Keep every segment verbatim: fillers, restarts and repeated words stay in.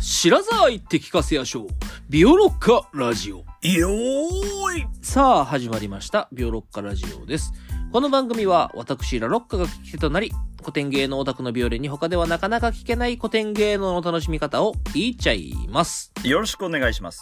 白沢行って聞かせやしょう。ビオロッカラジオ。 よーい。 さあ始まりましたビオロッカラジオです。この番組は私ラロッカが聞き手となり、古典芸能オタクのビオレに他ではなかなか聞けない古典芸能の楽しみ方を言いちゃいます。 よろしくお願いします。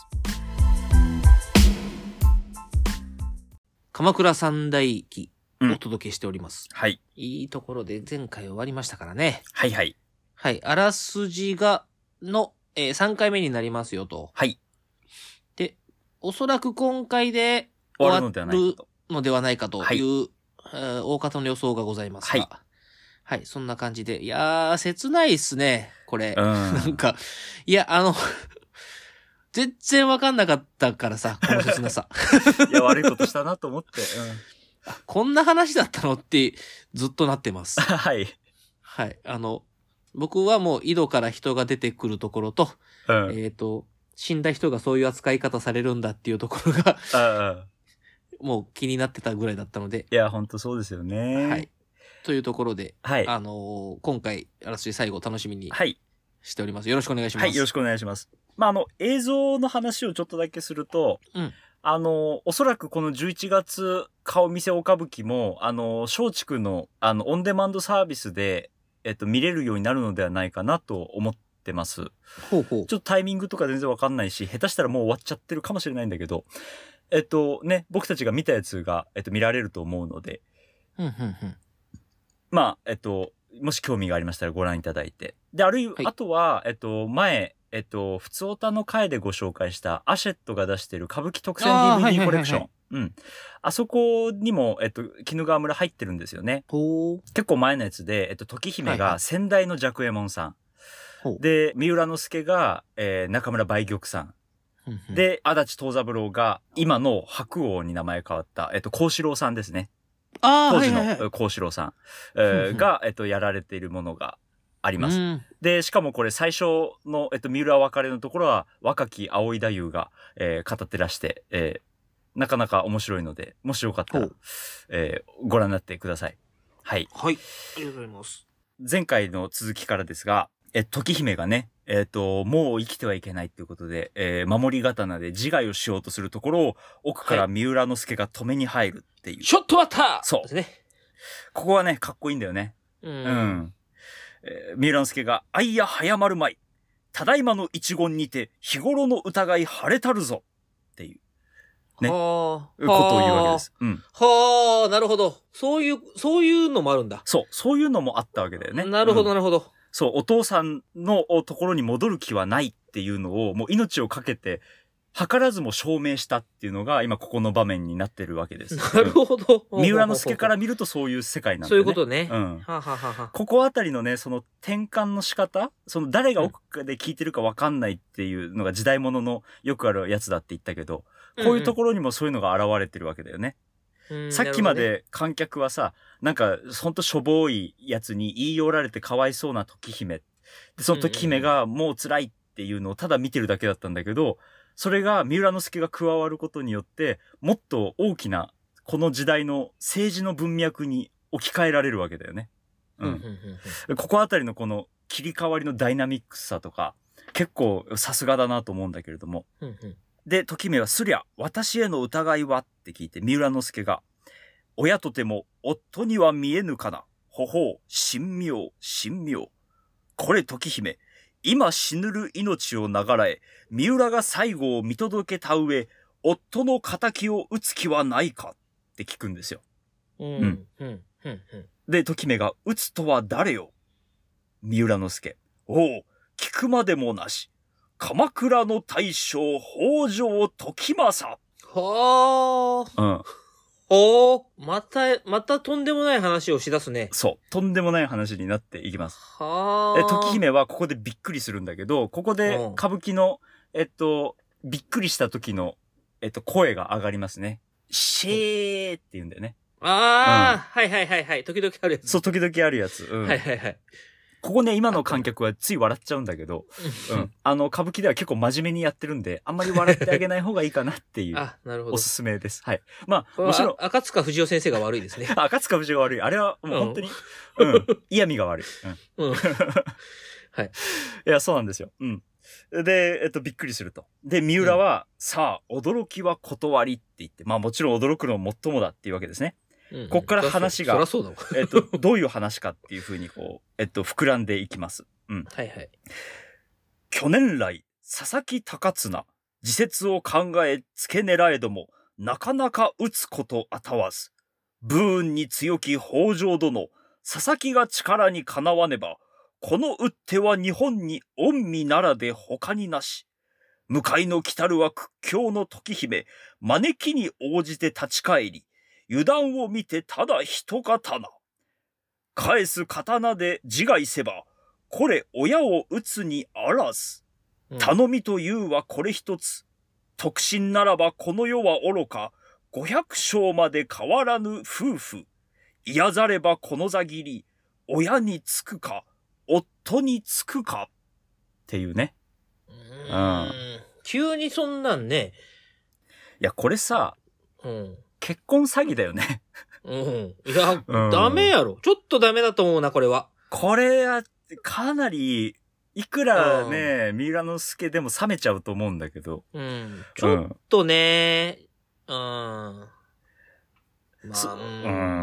鎌倉三大記うんお届けしております、 はい。 いいところで前回終わりましたからね。 はいはい。 はいあらすじがの、えー、さんかいめになりますよと。 はい。 でおそらく今回で終わるのではないかと。 のではないかという、 はいえー大方の予想がございますが、 はいはい、そんな感じで、いやー切ないっすねこれ。 うん。 なんかいやあの全然わかんなかったからさ、この切なさ。 いや悪いことしたなと思って。 うん、こんな話だったのってずっとなってます。 はい。 はい、あの僕はもう井戸から人が出てくるところと、 うん、 えっと死んだ人がそういう扱い方されるんだっていうところがもう気になってたぐらいだったので。 いや本当そうですよね。 はい。というところで、 はい、 あのー、今回あらすじ最後楽しみにしております、はい。よろしくお願いします。 はい、よろしくお願いします。まああの映像の話をちょっとだけすると、うん、あのおそらくこのじゅういちがつ顔見せお歌舞伎もあの松竹のあのオンデマンドサービスでえっと見れるようになるのではないかなと思ってます。 ほうほう。 ちょっとタイミングとか全然わかんないし、下手したらもう終わっちゃってるかもしれないんだけど、えっとね、僕たちが見たやつが、えっと、見られると思うので、 ふんふんふん。 まあ、えっと、もし興味がありましたらご覧いただいて。で、あるいは、はい、あとは、えっと、前、えっと、ふつおたの回でご紹介したアシェットが出してる歌舞伎特選 ディーブイディー コレクション。うん。あそこにも、えっと、鬼怒川村入ってるんですよね。 ほ結構前のやつで、えっと、時姫が先代の寂右衛門さん。はいはい、で、三浦之助が、えー、中村梅玉さん。で、足立藤三郎が、今の白王に名前変わった、えっと、幸四郎さんですね。 あ当時の幸四郎さん、えー、が、えっと、やられているものがあります。で、しかもこれ最初の、えっと、三浦別れのところは、若き葵太夫が、えー、語ってらして、えー、なかなか面白いので、もしよかったら、えー、ご覧になってください。はい。 はい。ありがとうございます。 前回の続きからですが、え、時姫がね、えっと、もう生きてはいけないということで、えー、守り刀で自害をしようとするところを、奥から三浦之助が止めに入るっていう。はい、 ちょっと待ったそうですね。ここはね、かっこいいんだよね。 うん。 うん。えー、三浦之助が、あいや早まるまい。ただいまの一言にて、日頃の疑い晴れたるぞ。っていう。ね。はあ。ことを言うわけです。うん。 はあ、なるほど。そういう、そういうのもあるんだ。 そう。そういうのもあったわけだよね。 なるほど、なるほど。 そう、お父さんのところに戻る気はないっていうのを、もう命をかけて、図らずも証明したっていうのが、今ここの場面になってるわけです。 なるほど。 三浦之助から見るとそういう世界なんだよね。そういうことね。 うん。 ははははここあたりのね、その転換の仕方、その誰が奥で聞いてるかわかんないっていうのが時代物のよくあるやつだって言ったけど、こういうところにもそういうのが現れてるわけだよね。うんうん、さっきまで観客はさ、なんかほんとしょぼいやつに言い寄られてかわいそうな時姫。で、その時姫がもう辛いっていうのをただ見てるだけだったんだけど、それが三浦之助が加わることによって、もっと大きなこの時代の政治の文脈に置き換えられるわけだよね。うん。ここあたりのこの切り替わりのダイナミックさとか、結構さすがだなと思うんだけれども。で、時姫はすりゃ、私への疑いはって聞いて、三浦之助が、親とても夫には見えぬかな。ほほう、神妙、神妙。これ時姫、今死ぬる命をながらえ、三浦が最後を見届けた上、夫の仇を討つ気はないかって聞くんですよ。 うん。うん。うん。うん。 で、時姫が、討つとは誰よ。三浦之助。おう、聞くまでもなし。鎌倉の大将、北条時政。 はあ。 うん。 おー、また、またとんでもない話をしだすね。 そう。とんでもない話になっていきます。 はあ。時姫はここでびっくりするんだけど、ここで歌舞伎の、えっと、びっくりした時の、えっと、声が上がりますね。シェーって言うんだよね。 ああ、うん、はいはいはいはい。時々あるやつ。 そう、時々あるやつ。うん、 はいはいはい。 ここね、今の観客はつい笑っちゃうんだけど、うん。あの、歌舞伎では結構真面目にやってるんで、あんまり笑ってあげない方がいいかなっていう。 あ、なるほど。 おすすめです。はい。まあ、もちろん。 赤塚不二夫先生が悪いですね。 赤塚不二夫が悪い。あれはもう本当に、うん。嫌味が悪い。うん。うん、はい。いや、そうなんですよ。うん。 で、えっと、びっくりすると。で、三浦は、うん、さあ、驚きは断りって言って、まあもちろん驚くのも最もだっていうわけですね。うんうん、こっから話が、えっと、どういう話かっていうふうにこう、えっと、膨らんでいきます。うん。 はいはい。 去年来、佐々木高綱、自説を考え、付け狙えども、なかなか打つことあたわず。武運に強き北条殿、佐々木が力にかなわねば、この打っては日本に御身ならで他になし。向かいの来たるは屈強の時姫、招きに応じて立ち返り、油断を見てただ一刀。返す刀で自害せば、これ親を打つにあらず。頼みというはこれ一つ。特進ならばこの世は愚か、五百姓まで変わらぬ夫婦。いやざればこの座切り、親につくか、夫につくか。っていうね。 うーん。急にそんなんね。 いや、これさ、 うん、 結婚詐欺だよね。 うん。いや、うん、ダメやろ。ちょっとダメだと思うな、これは。 これは、かなり、いくらね、三浦之助でも冷めちゃうと思うんだけど。 うん。ちょっとね、うん。まあ、うん、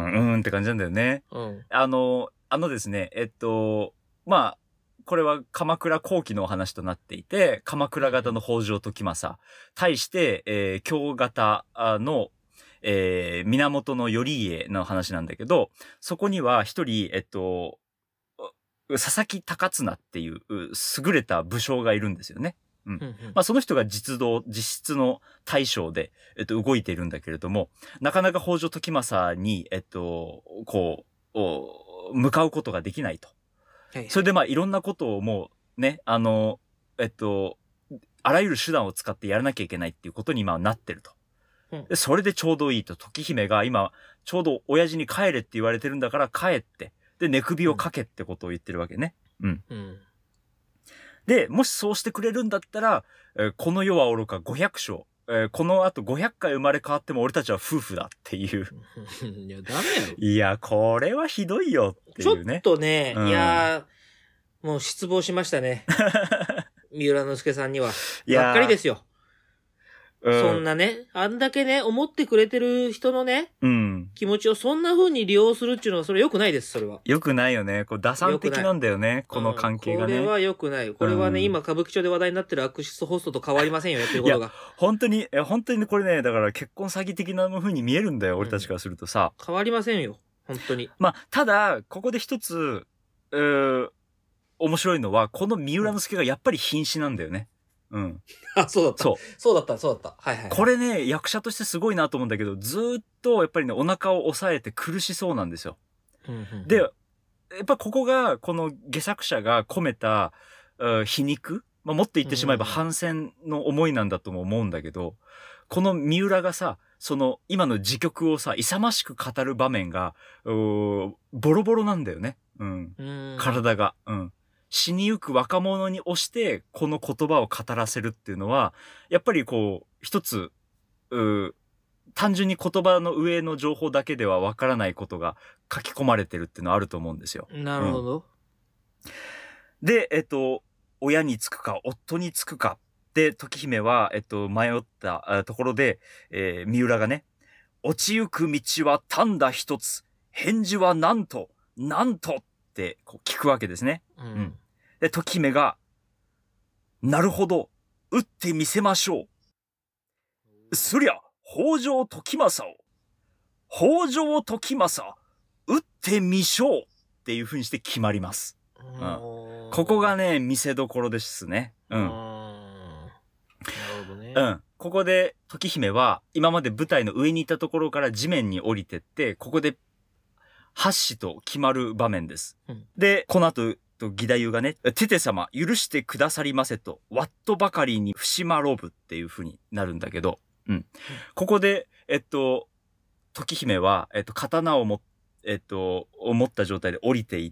うんって感じなんだよね。 うん。 あの、あのですね、えっと、まあ、これは鎌倉後期のお話となっていて、鎌倉方の北条時政、対して、えー、京方の、えー、源頼家の話なんだけど、そこには一人、えっと、佐々木高綱っていう優れた武将がいるんですよね。うん。うんうん、まあその人が実動、実質の大将で、えっと、動いているんだけれども、なかなか北条時政に、えっと、こう、向かうことができないと。はいはい、それでまあいろんなことをもうね、あの、えっと、あらゆる手段を使ってやらなきゃいけないっていうことに今なってると。うん、でそれでちょうどいいと。時姫が今、ちょうど親父に帰れって言われてるんだから帰って。で、寝首をかけってことを言ってるわけね。うん。うん、で、もしそうしてくれるんだったら、えー、この世は愚かごひゃく姓。えー、この後ごひゃっかい生まれ変わっても俺たちは夫婦だっていう。 いや、ダメやろ。 いや、これはひどいよっていうね。 ちょっとね、うん、いやー、もう失望しましたね。三浦之助さんには。がっかりですよ。そんなね、あんだけね、思ってくれてる人のね、 うん、 気持ちをそんな風に利用するっていうのは、それ良くないです、それは。 良くないよね。こう打算的なんだよね、この関係がね。 うん、これは良くない。これはね、うん、今、歌舞伎町で話題になってるアクシスホストと変わりませんよ、やってることが。いや、 本当に、本当にね、これね、だから結婚詐欺的な風に見えるんだよ、俺たちからするとさ。 うん、変わりませんよ、本当に。 まあ、ただ、ここで一つ、うー、面白いのは、この三浦之助がやっぱり瀕死なんだよね。うん。 あ、そうだった。そう。そうだった、そうだった。はいはい、はい。 これね、役者としてすごいなと思うんだけど、ずーっとやっぱりね、お腹を押さえて苦しそうなんですよ。 うんうんうん、 で、やっぱここが、この戯作者が込めた、皮肉、まあ、もっと言ってしまえば反戦の思いなんだとも思うんだけど、この三浦がさ、その今の時局をさ、勇ましく語る場面が、ボロボロなんだよね。うん。 うん体が。うん。死にゆく若者に押して、この言葉を語らせるっていうのは、やっぱりこう、一つ、う単純に言葉の上の情報だけではわからないことが書き込まれてるっていうのはあると思うんですよ。 なるほど。 うん、で、えっと、親につくか、夫につくか。で、時姫は、えっと、迷ったところで、えー、三浦がね、落ちゆく道は単だ一つ。返事はなんと、なんとってこう聞くわけですね。 うん。うんで、時姫が、なるほど、打ってみせましょう。そりゃ、北条時政を、北条時政、打ってみしょうっていう風にして決まります。うん、ここがね、見せどころですね。うん。なるほどね。 うん。ここで、時姫は、今まで舞台の上にいたところから地面に降りてって、ここで、発死と決まる場面です。 うん、 で、この後、と義太夫がね、テテ様許してくださりませと、わっとばかりにふしまろぶっていう風になるんだけど、うん。うん、ここで、えっと、時姫は、えっと、刀をも、えっと、持った状態で降りていって、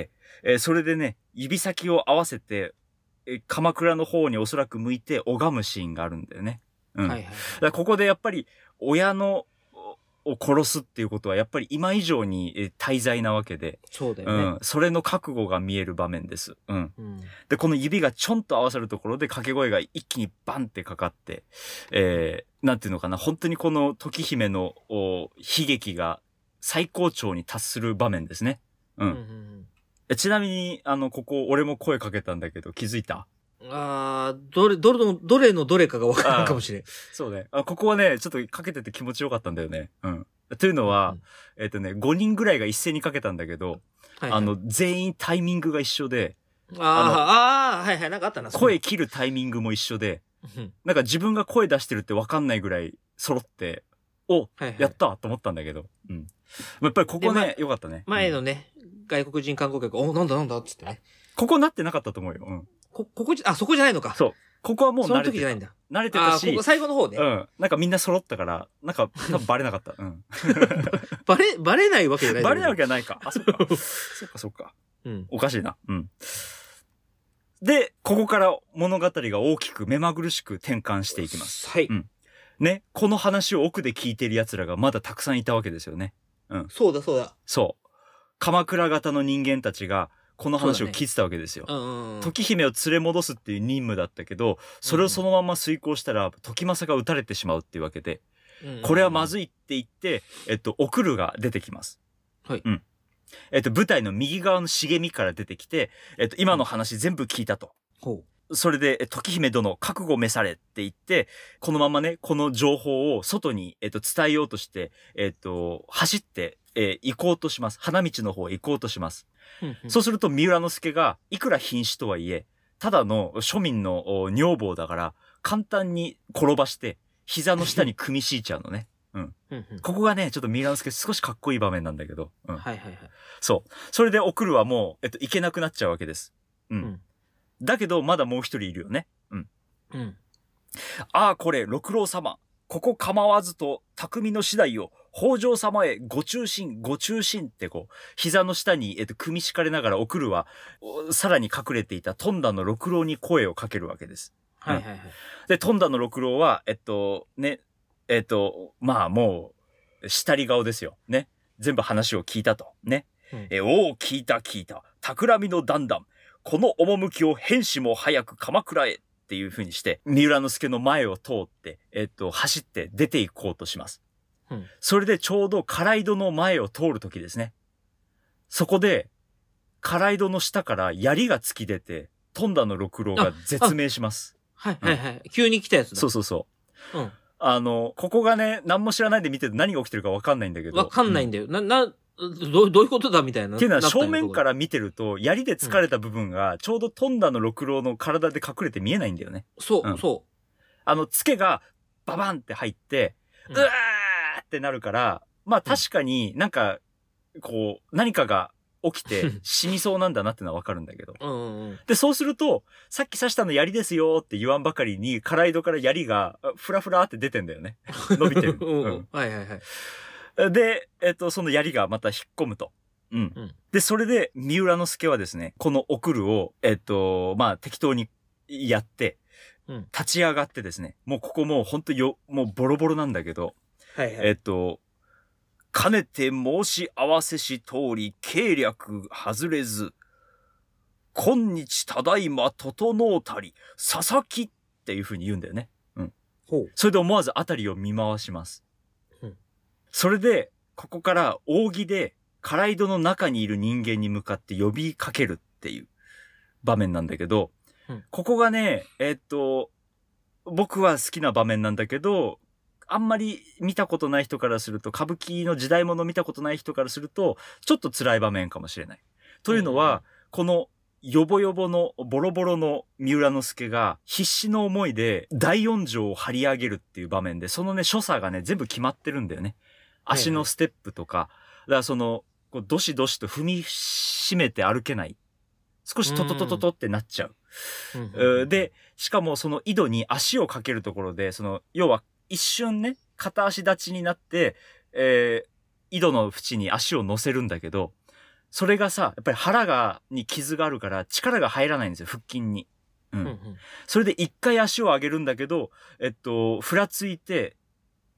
えー、それでね、指先を合わせて、え鎌倉の方におそらく向いて拝むシーンがあるんだよね。うん。はいはいはい、だからここでやっぱり、親の、 を殺すっていうことはやっぱり今以上に大罪なわけで。 そうだよね。 うん。それの覚悟が見える場面です。うん。 うん、 で、この指がちょんと合わさるところで掛け声が一気にバンってかかって、えー、なんていうのかな、本当にこの時姫の悲劇が最高潮に達する場面ですね。うん。うんうんうん、ちなみに、あの、ここ俺も声かけたんだけど気づいた？ ああ、どれ、どれの、どれのどれかがわからないかもしれん。 そうね。あ、ここはね、ちょっとかけてて気持ちよかったんだよね。うん。というのは、うん、えっとね、ごにんぐらいが一斉にかけたんだけど、はいはい、あの、全員タイミングが一緒で、 ああ、はいはい、なんかあったな。 声切るタイミングも一緒で、なんか自分が声出してるってわかんないぐらい揃って、お、はいはい、やったと思ったんだけど、うん。やっぱりここね、よかったね。 前のね、うん、外国人観光客、お、なんだなんだっつってね。 ここなってなかったと思うよ。うん。 こ、ここじゃ、あ、そこじゃないのか。 そう。ここはもう慣れてた。 その時じゃないんだ。 慣れてたし。 あ、ここ最後の方ね。 うん。なんかみんな揃ったから、なんか多分バレなかった。うん。 バレ、バレないわけじゃない。 バレないわけはないか。あ、そっか。そっかそっか。うん。おかしいな。うん。で、ここから物語が大きく目まぐるしく転換していきます。 はい。 うん。ね。この話を奥で聞いてる奴らがまだたくさんいたわけですよね。うん。 そうだそうだ。 そう。鎌倉型の人間たちが、この話を聞いてたわけですよ。ね、うんうん、時姫を連れ戻すっていう任務だったけど、それをそのまま遂行したら、時政が撃たれてしまうっていうわけで、うんうんうん、これはまずいって言って、えっと、おくるが出てきます。 はい。 うん。えっと、舞台の右側の茂みから出てきて、えっと、今の話全部聞いたと。 ほう。それで、時姫殿、覚悟召されって言って、このままね、この情報を外に、えっと、伝えようとして、えっと、走って、えー、行こうとします。花道の方へ行こうとします。そうすると三浦之助がいくら瀕死とはいえ、ただの庶民の女房だから簡単に転ばして膝の下に組み敷いちゃうのね。うん。ここがね、ちょっと三浦之助少しかっこいい場面なんだけど。うん。 はいはいはい。 そう。それでおくるはもう、えっと、行けなくなっちゃうわけです。うん。うん、だけどまだもう一人いるよね。うん。 うん。 ああ、これ、六郎様。ここ構わずと匠の次第を北条様へご中心ご中心ってこう膝の下に、えっと、組み敷かれながらおくるはさらに隠れていた富田の六郎に声をかけるわけです。 はいはいはい。 で富田の六郎はえっとねえっとまあもう下り顔ですよね。全部話を聞いたとね。うん、えおお聞いた聞いた企みの段々この趣を変死も早く鎌倉へ。っていう風にして、三浦之助の前を通って、えっと、走って出て行こうとします。うん、それでちょうど唐井戸の前を通るときですね。そこで、唐井戸の下から槍が突き出て、富田の六郎が絶命します。 はいはいはい、うん。急に来たやつだ。 そうそうそう。 うん、 あの、ここがね、何も知らないで見てて何が起きてるか分かんないんだけど。 分かんないんだよ。うん、な、な、ど, どういうことだみたいな。 っていうのは正面から見てると、槍で疲れた部分が、ちょうど富田の六郎の体で隠れて見えないんだよね。 そう、うん、そう。 あの、付けが、ババンって入って、うわーってなるから、まあ確かになんか、こう、何かが起きて死にそうなんだなってのはわかるんだけど。 うんうんうん、 で、そうすると、さっき刺したの槍ですよって言わんばかりに、唐井戸から槍が、ふらふらって出てんだよね。伸びてる。 うんうん、はいはいはい。 で、えっと、その槍がまた引っ込むと。うん。うん、で、それで、三浦之助はですね、このおくるを、えっと、まあ、適当にやって、うん、立ち上がってですね、もうここもうほんとよ、もうボロボロなんだけど、 はいはい、 えっと、かねて申し合わせし通り、計略外れず、今日ただいま整うたり、佐々木っていう風に言うんだよね。うん。 ほう。 それで思わずあたりを見回します。それで、ここから扇で、唐井戸の中にいる人間に向かって呼びかけるっていう場面なんだけど、うん、ここがね、えー、っと、僕は好きな場面なんだけど、あんまり見たことない人からすると、歌舞伎の時代物見たことない人からすると、ちょっと辛い場面かもしれない。というのは、うん、この、ヨボヨボのボロボロの三浦之助が必死の思いで大音情を張り上げるっていう場面で、そのね、所作がね、全部決まってるんだよね。足のステップとか、だからその、こうどしどしと踏みしめて歩けない。少しトトトトトってなっちゃう。うん、で、しかもその井戸に足をかけるところで、その、要は一瞬ね、片足立ちになって、えー、井戸の縁に足を乗せるんだけど、それがさ、やっぱり腹が、に傷があるから力が入らないんですよ、腹筋に。うん。うんうん、それで一回足を上げるんだけど、えっと、ふらついて、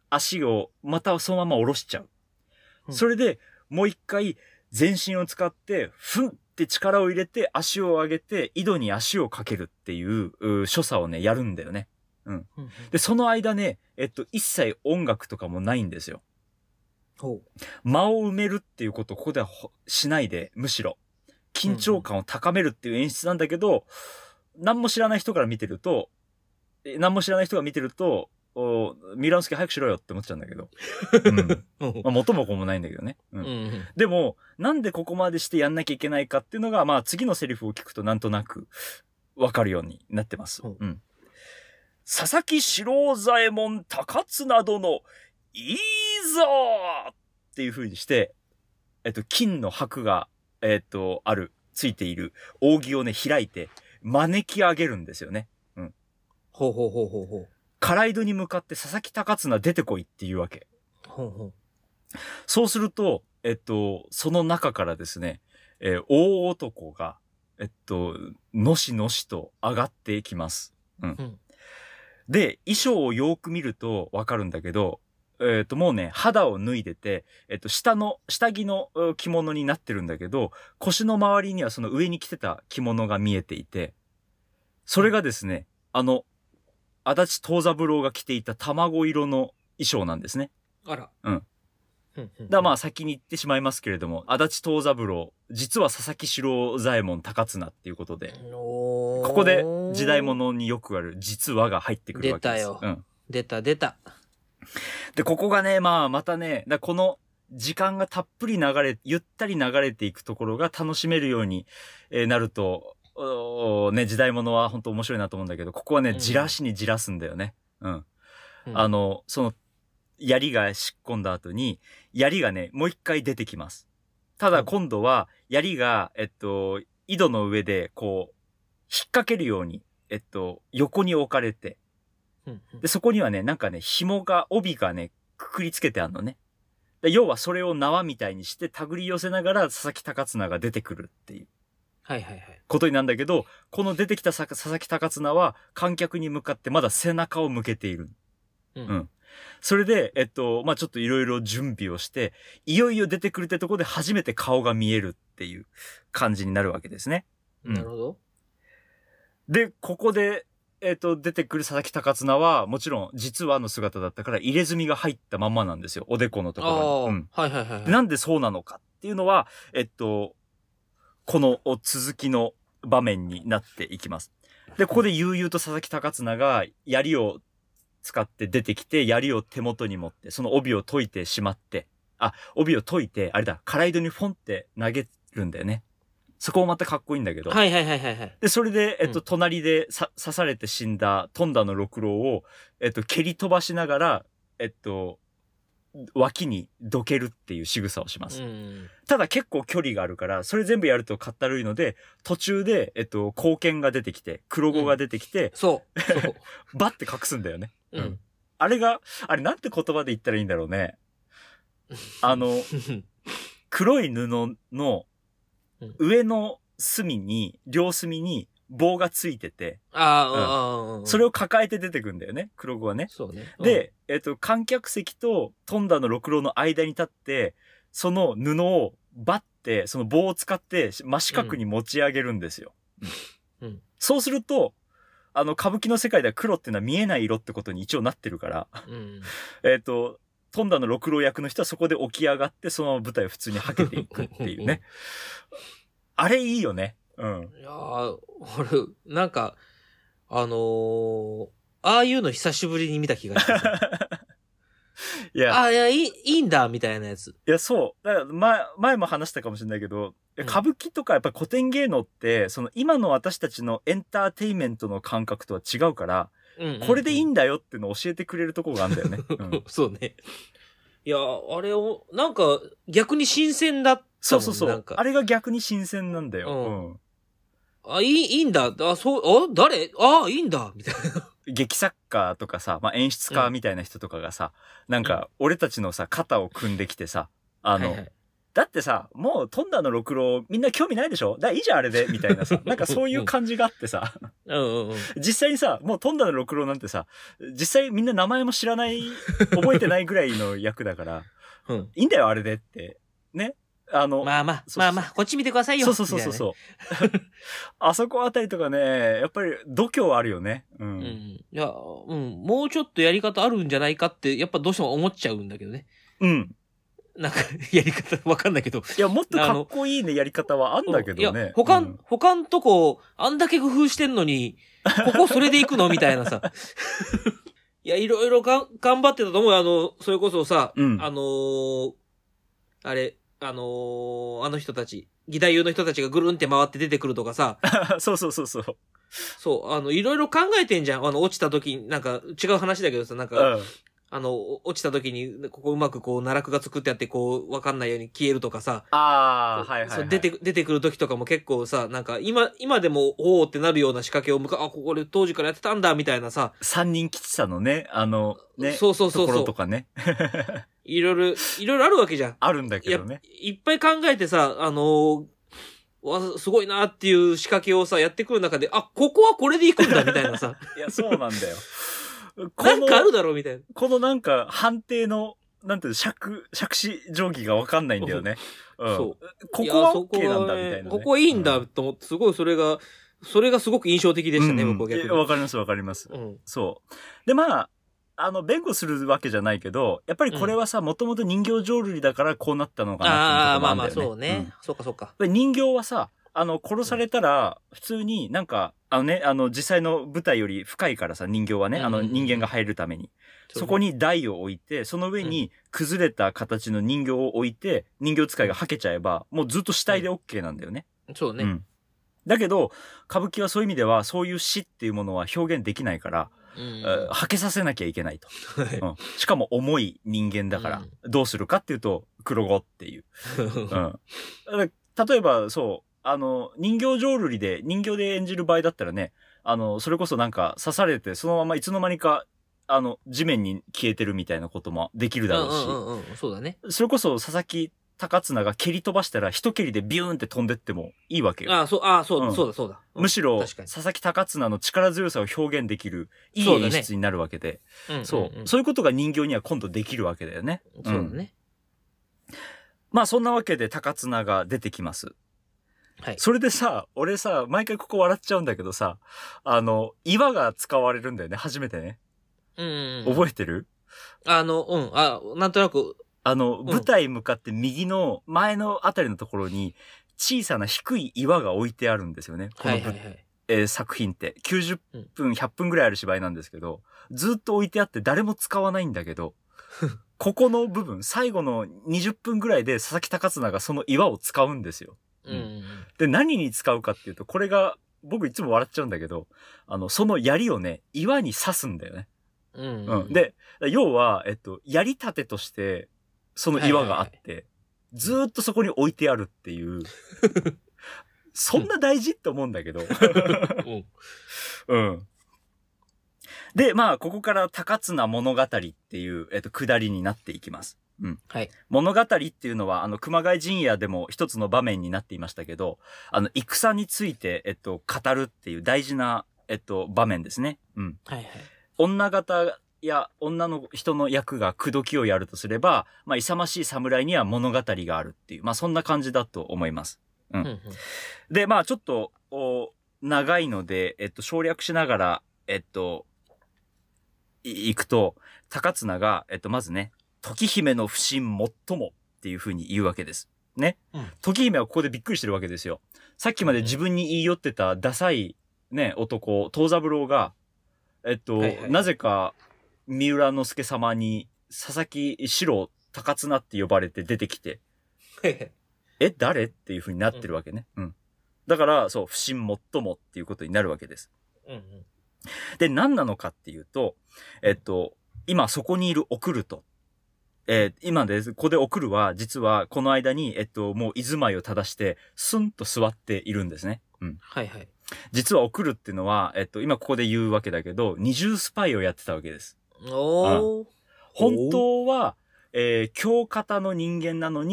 足をまたそのまま下ろしちゃう。 うんそれでもう一回全身を使ってふんって力を入れて足を上げて井戸に足をかけるっていうう所作をねやるんだよね。うん。 うんうんでその間ねえっと一切音楽とかもないんですよ。 ほ間を埋めるっていうことをここではほしないでむしろ緊張感を高めるっていう演出なんだけど、何も知らない人から見てるとえ何も知らない人が見てるとおミラノスケ早くしろよって思っちゃうんだけど、うんう。 まあ、元も子もないんだけどね、うんうんうんでもなんでここまでしてやんなきゃいけないかっていうのがまあ次のセリフを聞くとなんとなくわかるようになってます、 うんうん、佐々木四郎左衛門高綱殿いいぞーっていう風にしてえっと金の箔がえっとあるついている扇をね開いて招き上げるんですよね。 ほうほうほうほうほう。 唐井戸に向かって佐々木高綱出てこいっていうわけ。 ほうほそうすると、えっと、その中からですね、えー大男が、えっと、のしのしと上がってきます。うん。 うんで、衣装をよーく見るとわかるんだけど、えっと、もうね、肌を脱いでて、えっと、下の、下着のう着物になってるんだけど、腰の周りにはその上に着てた着物が見えていて、それがですね、あの、足立藤三郎が着ていた卵色の衣装なんですね。 う。あら。 うん。 うんうんだからまあ先に言ってしまいますけれども、足立藤三郎、実は佐々木四郎左衛門高綱っていうことで、 こここで時代物によくある実話が入ってくるわけです。 出たようん。 出た出た。 で、ここがね、まあまたね、だこの時間がたっぷり流れ、ゆったり流れていくところが楽しめるようにえーなると、おーね、時代物は本当面白いなと思うんだけど、ここはね、 うんじらしにじらすんだよね。うん。 うんあの、その、槍が仕込んだ後に、槍がね、もう一回出てきます。ただ今度は、槍が、えっと、井戸の上で、こう、引っ掛けるように、えっと、横に置かれて、 うんうんで、そこにはね、なんかね、紐が、帯がね、くくりつけてあるのね。で要はそれを縄みたいにして、手繰り寄せながら佐々木高綱が出てくるっていうはいはいはい。 ことになるんだけど、この出てきたさ佐々木高綱は、観客に向かってまだ背中を向けている。 ううんん。それで、えっと、まあ、ちょっといろいろ準備をして、いよいよ出てくるってところで初めて顔が見えるっていう感じになるわけですね。うんなるほど。 で、ここで、えっと、出てくる佐々木高綱は、もちろん実話の姿だったから入れ墨が入ったまんまなんですよ。おでこのところに。 ああ、 うんはいはいはいはい。 でなんでそうなのかっていうのは、えっと、この続きの場面になっていきます。で、ここで悠々と佐々木高綱が槍を使って出てきて、槍を手元に持って、その帯を解いてしまって、あ、帯を解いて、あれだ、唐井戸にフォンって投げるんだよね。そこもまたかっこいいんだけど。 はいはいはいはいはい。 で、それで、えっと、 うん隣でさ刺されて死んだ富田の六郎を、えっと、蹴り飛ばしながら、えっと、脇にどけるっていう仕草をします。 うん。 ただ結構距離があるから、それ全部やるとかったるいので、途中で、えっと、光剣が出てきて、黒子が出てきて、 そう。そう。 バッて隠すんだよね。 う。ん。 あれが、あれなんて言葉で言ったらいいんだろうね。あの、黒い布のうん上の隅に、両隅に棒がついてて、 ああ、うん。 それを抱えて出てくんだよね、黒子はね。 そうね。 で、えっと、観客席と富田の六郎の間に立って、その布をバッて、その棒を使って真四角に持ち上げるんですよ。 うんうんそうすると、あの、歌舞伎の世界では黒っていうのは見えない色ってことに一応なってるから、 うん。うん。 えっと、富田の六郎役の人はそこで起き上がって、そのまま舞台を普通にはけていくっていうね。あれいいよね。うん。 いやー、俺、なんか、あのー、ああいうの久しぶりに見た気がしてさ。 いや、 ああ、いや、いい、いいんだ、みたいなやつ。 いや、そう。だから前、前も話したかもしれないけど、 うん歌舞伎とかやっぱ古典芸能って、その今の私たちのエンターテインメントの感覚とは違うから、 うんうんうんこれでいいんだよっていうのを教えてくれるところがあるんだよね。うんそうね。いや、あれを、なんか、逆に新鮮だったもん。 そうそうそう。 なんかあれが逆に新鮮なんだよ。 うんうんあ、いい、いいんだ。あ、そう、あ、誰あ、いいんだ。みたいな。 劇作家とかさ、まあ、演出家みたいな人とかがさ、なんか、俺たちのさ、肩を組んできてさ、あの、 はいはいだってさ、もうトンダのろくろみんな興味ないでしょ？だからいいじゃんあれでみたいなさ、なんかそういう感じがあってさ、 うんうんうん、 実際にさ、もうトンダのろくろなんてさ、実際みんな名前も知らない、覚えてないぐらいの役だから、うん、いいんだよあれでって。ね。あの、 まあまあ、まあまあ、こっち見てくださいよ。 そうそうそうそうそう。ね、あそこあたりとかね、やっぱり度胸あるよね。うん。うん、 いや、うん、もうちょっとやり方あるんじゃないかって、やっぱどうしても思っちゃうんだけどね。 うん。 なんか、やり方わかんないけど。 いや、もっとかっこいいね、やり方はあんだけどね。いや、 他、うん、他んとこ、あんだけ工夫してんのに、ここそれで行くのみたいなさ。いや、いろいろが頑張ってたと思うよ。あの、それこそさ、うん、あのー、あれ、あのー、あの人たち、義太夫の人たちがぐるんって回って出てくるとかさ。 そうそうそうそう。 そう、あの、いろいろ考えてんじゃん。あの、落ちた時に、なんか、違う話だけどさ、なんか、うん、あの、落ちた時に、ここうまくこう、奈落が作ってあって、こう、わかんないように消えるとかさ。 ああ、はいはい、はい。 出て、出てくる時とかも結構さ、なんか、今、今でも、おーってなるような仕掛けをむか、あ、これ当時からやってたんだ、みたいなさ。 三人吉さのね、あの、ね。 そうそうそうそう。 ところとかね。 いろいろ、いろいろあるわけじゃん。 あるんだけどね。 いっぱい考えてさ、あのー、わ、すごいなっていう仕掛けをさ、やってくる中で、あ、ここはこれで行くんだ、みたいなさ。 いや、そうなんだよ。 なんかあるだろう、みたいな。 このなんか、判定の、なんていうの、尺、尺子定規がわかんないんだよね。うん。そう。ここは OK なんだ、みたいな、ね。 ここはいいんだ、と思って、すごいそれが、それがすごく印象的でしたね、うん、僕は逆に。 わかります、わかります。うん。そう。で、まあ、あの、弁護するわけじゃないけど、やっぱりこれはさ、もともと人形浄瑠璃だからこうなったのかなっていうところもあるんだよね。ああ、まあまあ、 そうね。うん、そうかそうか。 人形はさ、あの、殺されたら、普通になんか、あのね、あの、実際の舞台より深いからさ、人形はね、あの、人間が入るために。そこに台を置いて、その上に崩れた形の人形を置いて、人形使いがはけちゃえば、もうずっと死体で OK なんだよね。 そうね。うん。 だけど、歌舞伎はそういう意味では、そういう死っていうものは表現できないから、うん、はけさせなきゃいけないと。うん、しかも重い人間だから、うん、どうするかっていうと、黒子っていう。うん、例えば、そう、あの、人形浄瑠璃で、人形で演じる場合だったらね、あの、それこそなんか刺されて、そのままいつの間にか、あの、地面に消えてるみたいなこともできるだろうし。 うんうんうん、そうだね。 それこそ佐々木高綱が蹴り飛ばしたら一蹴りでビューンって飛んでってもいいわけよ。 ああ、そう、ああ、そう、うん、そうだ、そうだ。 うん、むしろ、佐々木高綱の力強さを表現できる、いい演出になるわけで。そう、ね、そう、うんうん。そういうことが人形には今度できるわけだよね。 そうだね。 うん、まあ、そんなわけで高綱が出てきます。はい。それでさ、俺さ、毎回ここ笑っちゃうんだけどさ、あの、岩が使われるんだよね、初めてね。 うん、 うん。覚えてる？ あの、うん、あ、なんとなく。 あの、舞台向かって右の前のあたりのところに小さな低い岩が置いてあるんですよね。この、はいはいはい、えー、作品って。きゅうじゅっぷん、ひゃっぷんぐらいある芝居なんですけど、ずっと置いてあって誰も使わないんだけど、ここの部分、最後のにじゅっぷんぐらいで佐々木高綱がその岩を使うんですよ。うんうんうん、で、何に使うかっていうと、これが、僕いつも笑っちゃうんだけど、あの、その槍をね、岩に刺すんだよね。 うんうんうん、 で、要は、えっと、槍立てとして、その岩があって、はいはいはい、ずーっとそこに置いてあるっていう。そんな大事って思うんだけど。うん。で、まあ、ここから高綱物語っていう、えっと、下りになっていきます。うん。 はい。 物語っていうのは、あの、熊谷陣屋でも一つの場面になっていましたけど、あの、戦について、えっと、語るっていう大事な、えっと、場面ですね。うん。 はいはい。 女方や女の人の役が口説きをやるとすれば、まあ、勇ましい侍には物語があるっていう、まあ、そんな感じだと思います。うん。うんうん、で、まあ、ちょっと、お長いので、えっと、省略しながら、えっと、い、いくと、高綱が、えっと、まずね、時姫の不審最もっていう風に言うわけです。ね。うん、時姫はここでびっくりしてるわけですよ。さっきまで自分に言い寄ってたダサいね、男、東三郎が、えっと、はいはい、なぜか、三浦之助様に、佐々木四郎高綱って呼ばれて出てきて、え、誰っていう風になってるわけね。うん。うん、だから、そう、不審最もっていうことになるわけです。 うんうん、 で、何なのかっていうと、えっと、今そこにいるオクルト。えー、今です。ここでオクルは、実はこの間に、えっと、もう居住まいを正して、スンと座っているんですね。うん。 はいはい。 実はオクルっていうのは、えっと、今ここで言うわけだけど、二重スパイをやってたわけです。 おー。 本当は、えー、京方の人間なのに、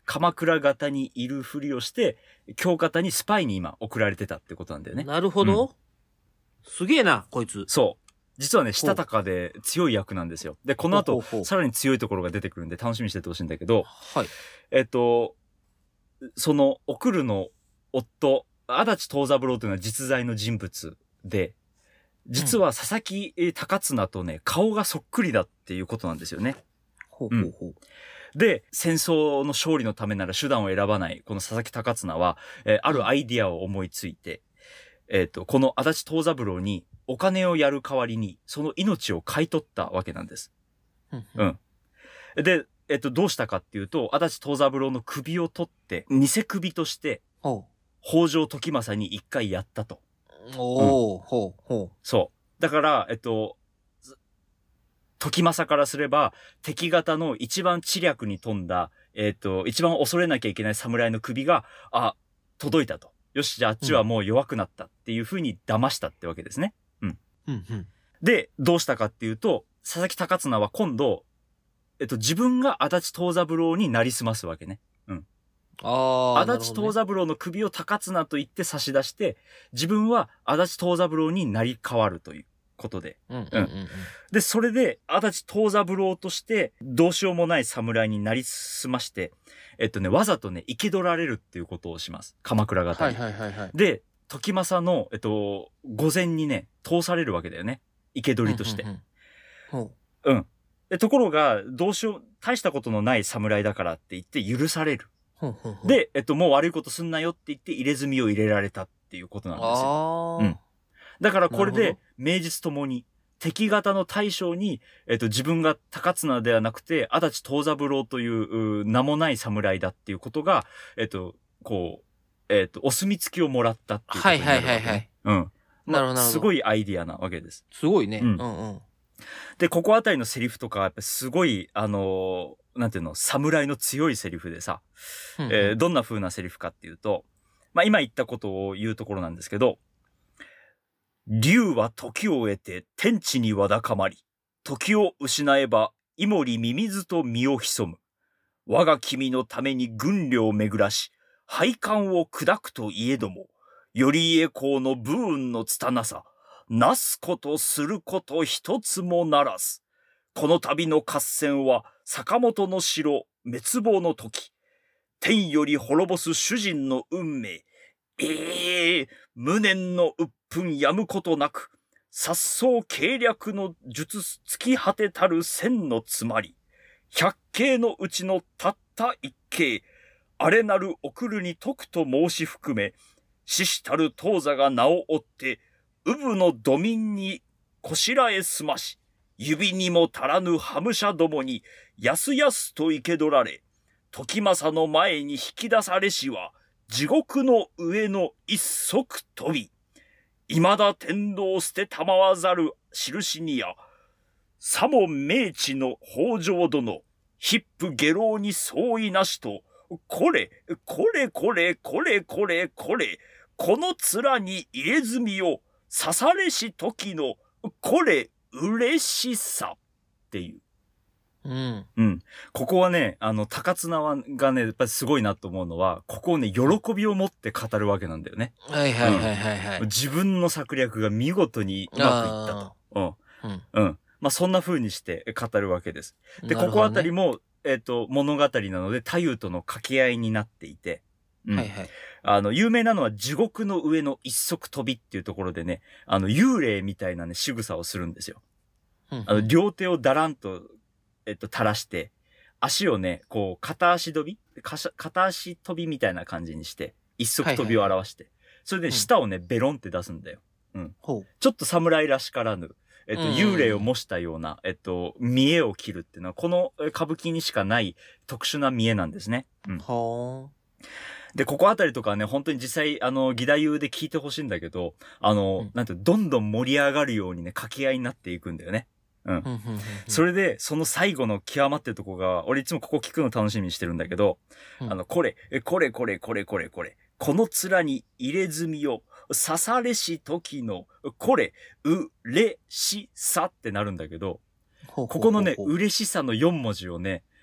鎌倉方にいるふりをして、京方にスパイに今送られてたってことなんだよね。 なるほど。うん、すげえな、こいつ。 そう。実はね、したたかで強い役なんですよ。で、この後、ほうほうほうさらに強いところが出てくるんで楽しみにしててほしいんだけど、 はい。 えっと、その、送るの夫、足立藤三郎というのは実在の人物で、実は佐々木高綱とね、顔がそっくりだっていうことなんですよね。 ほうほうほう。うん、 で、戦争の勝利のためなら手段を選ばない、この佐々木高綱は、えー、あるアイディアを思いついて、うん、えっと、この足立藤三郎にお金をやる代わりに、その命を買い取ったわけなんです。うん。うん、で、えっと、どうしたかっていうと、足立藤三郎の首を取って、偽首として、北条時政に一回やったと。 おー、うん、ほう、ほう。 そう。だから、えっと、時政からすれば、敵方の一番知略に富んだ、えっと、一番恐れなきゃいけない侍の首が、あ、届いたと。よし、じゃああっちはもう弱くなったっていう風に騙したってわけですね。うん。 うんうん、 で、どうしたかっていうと、佐々木高綱は今度、えっと、自分が足立藤三郎になりすますわけね。うん。 ああ。 足立藤三郎の首を高綱と言って差し出して、自分は足立藤三郎になり変わるということで。 うんうんうんうん、 で、それで、足立藤三郎として、どうしようもない侍になりすまして、えっとね、わざとね、生け捕られるっていうことをします。鎌倉方に。 はいはいはいはい。 で、時政の、えっと、御前にね、通されるわけだよね。生け捕りとして。うんうんうん、 うんで。ところが、どうしよう、大したことのない侍だからって言って許される。で、えっと、もう悪いことすんなよって言って入れ墨を入れられたっていうことなんですよ。うん。だからこれで、名実ともに、敵方の大将に、えっと、自分が高綱ではなくて、足立藤三郎という名もない侍だっていうことが、えっと、こう、えっと、お墨付きをもらったっていうことになるわけ、ね。はいはいはいはい。うん。まあ、なるほど。すごいアイディアなわけです。 すごいね。 うん、うんうんで、ここあたりのセリフとか、やっぱすごい、あのー、なんていうの、侍の強いセリフでさ、うんうんえー、どんな風なセリフかっていうと、まあ今言ったことを言うところなんですけど、竜は時を得て天地にわだかまり、時を失えば、イモリミミズと身を潜む。我が君のために軍領を巡らし、配管を砕くといえども、頼家公の武運の拙さ、なすことすること一つもならず。この度の合戦は坂本の城滅亡の時。天より滅ぼす主人の運命。ええー、無念の鬱憤やむことなく、殺走計略の術尽き果てたる千の詰まり。百計のうちのたった一計。あれなる送るに解くと申し含め、死したる当座が名を追って、うぶの土民にこしらえすまし、指にも足らぬハム者どもにやすやすと生け捕られ、時政の前に引き出されしは、地獄の上の一足飛び、未だ天道捨てたまわざる印にや、さも明治の北条殿、ヒップ下郎に相違なしと、これ、これこれこれこれこれ、この面に入れ墨を、刺されし時の、これ、嬉しさっていう。 うん。 うん。ここはね、あの、高綱がね、やっぱりすごいなと思うのは、ここをね、喜びを持って語るわけなんだよね。 はいはいはいはい、はいうん。自分の策略が見事にうまくいったと。うん。うん。うん。まあ、そんな風にして語るわけです。で、ね、ここあたりも、えっと、物語なので、太夫との掛け合いになっていて、うん、はいはい。あの、有名なのは地獄の上の一足飛びっていうところでね、あの、幽霊みたいなね、仕草をするんですよ。うんうん、あの、両手をだらんと、えっと、垂らして、足をね、こう、片足飛び片足飛びみたいな感じにして、一足飛びを表して、はいはいはい、それで舌をね、うん、ベロンって出すんだよ。うん。ちょっと侍らしからぬ、えっと、幽霊を模したような、えっと、見栄を切るっていうのは、この歌舞伎にしかない特殊な見栄なんですね。うん。 はあ。 で、ここあたりとかね、本当に実際、あの、義太夫で聞いてほしいんだけど、あの、うん、なんて、どんどん盛り上がるようにね、掛け合いになっていくんだよね。うん。それで、その最後の極まってるとこが、俺いつもここ聞くの楽しみにしてるんだけど、うん、あの、これ、これこれこれこれこれ、この面に入れ墨を、刺されし時の、これ、うれしさってなるんだけど、ここのね、嬉しさのよん文字をね、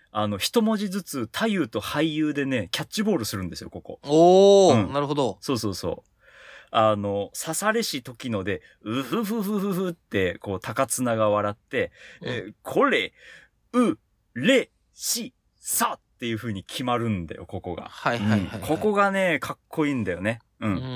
あの、一文字ずつ、太夫と俳優でね、キャッチボールするんですよ、ここ。 おー、 うん、 なるほど。 そうそうそう。あの、刺されし時ので、うふふふふふって、こう、高綱が笑って、うん、えー、これ、う、れ、し、さっていう風に決まるんだよ、ここが。 はいはいはい、はい、 うん。ここがね、かっこいいんだよね。うん。 うん、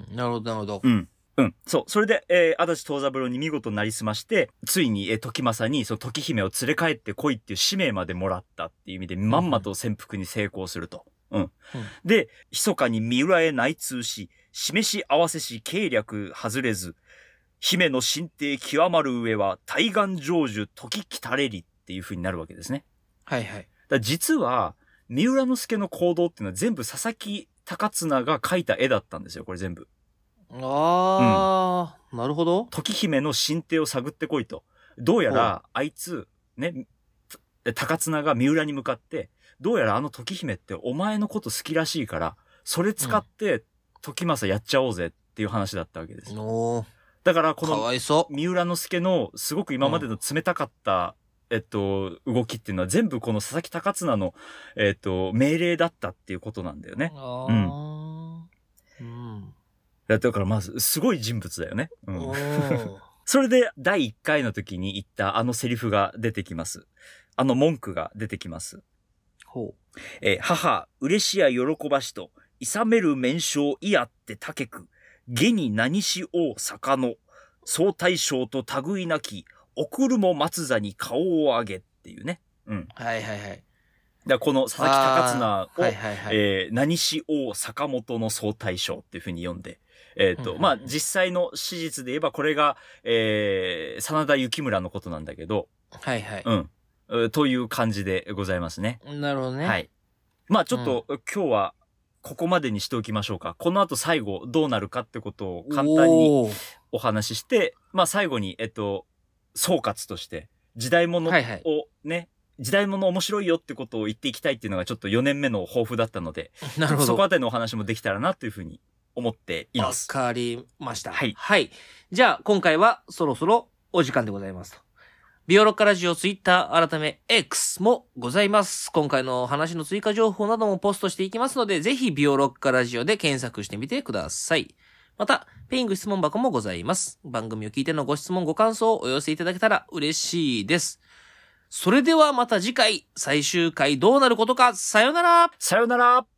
なるほど、なるほど。 うん。うん。そう。それで、えー、足立藤三郎に見事なりすまして、ついに、えー、時政に、その時姫を連れ帰ってこいっていう使命までもらったっていう意味で、まんまと潜伏に成功すると。うん。うん、で、密かに三浦へ内通し、示し合わせし計略外れず、姫の心底極まる上は、対岸成就時来たれりっていう風になるわけですね。 はいはい。 だ実は、三浦之助の行動っていうのは全部佐々木高綱が描いた絵だったんですよ、これ全部。 あー、うん、なるほど。 時姫の心底を探ってこいと。どうやら、あいつ、ね、高綱が三浦に向かって、どうやらあの時姫ってお前のこと好きらしいから、それ使って、時政やっちゃおうぜっていう話だったわけです。 うん、 だからこの三浦之助のすごく今までの冷たかった、うん、えっと、動きっていうのは全部この佐々木高綱の、えっと、命令だったっていうことなんだよね。 あー、うん。 だからまず、すごい人物だよね。うん、それでだいいっかいの時に言ったあのセリフが出てきます。あの文句が出てきます。 ほう。 えー、母、嬉しや喜ばしと、いさめる面称いやってたけく、下に何しおう坂の、総大将と類なき、送るも松座に顔を上げっていうね。うん。 はいはいはい。 だからこの佐々木高綱を、 はいはいはい、 えー、何しおう坂本の総大将っていう風に読んで、えっ、ー、と、うんうん、まあ、実際の史実で言えばこれが、えー、真田幸村のことなんだけど、 はいはい。 うん。という感じでございますね。 なるほどね。 はい。まあちょっと、うん、今日はここまでにしておきましょうか。この後最後どうなるかってことを簡単にお話しして、まあ最後に、えっと、総括として時代物をね、はいはい、時代物面白いよってことを言っていきたいっていうのがちょっとよねんめの抱負だったので、 なるほど。 そこあたりのお話もできたらなというふうに思っています。 わかりました。 はい。 はい。じゃあ今回はそろそろお時間でございますと。ビオロッカラジオツイッター改め X もございます。今回の話の追加情報などもポストしていきますので、ぜひビオロッカラジオで検索してみてください。また、ペイング質問箱もございます。番組を聞いてのご質問ご感想をお寄せいただけたら嬉しいです。それではまた次回、最終回どうなることか、さよなら。 さよなら。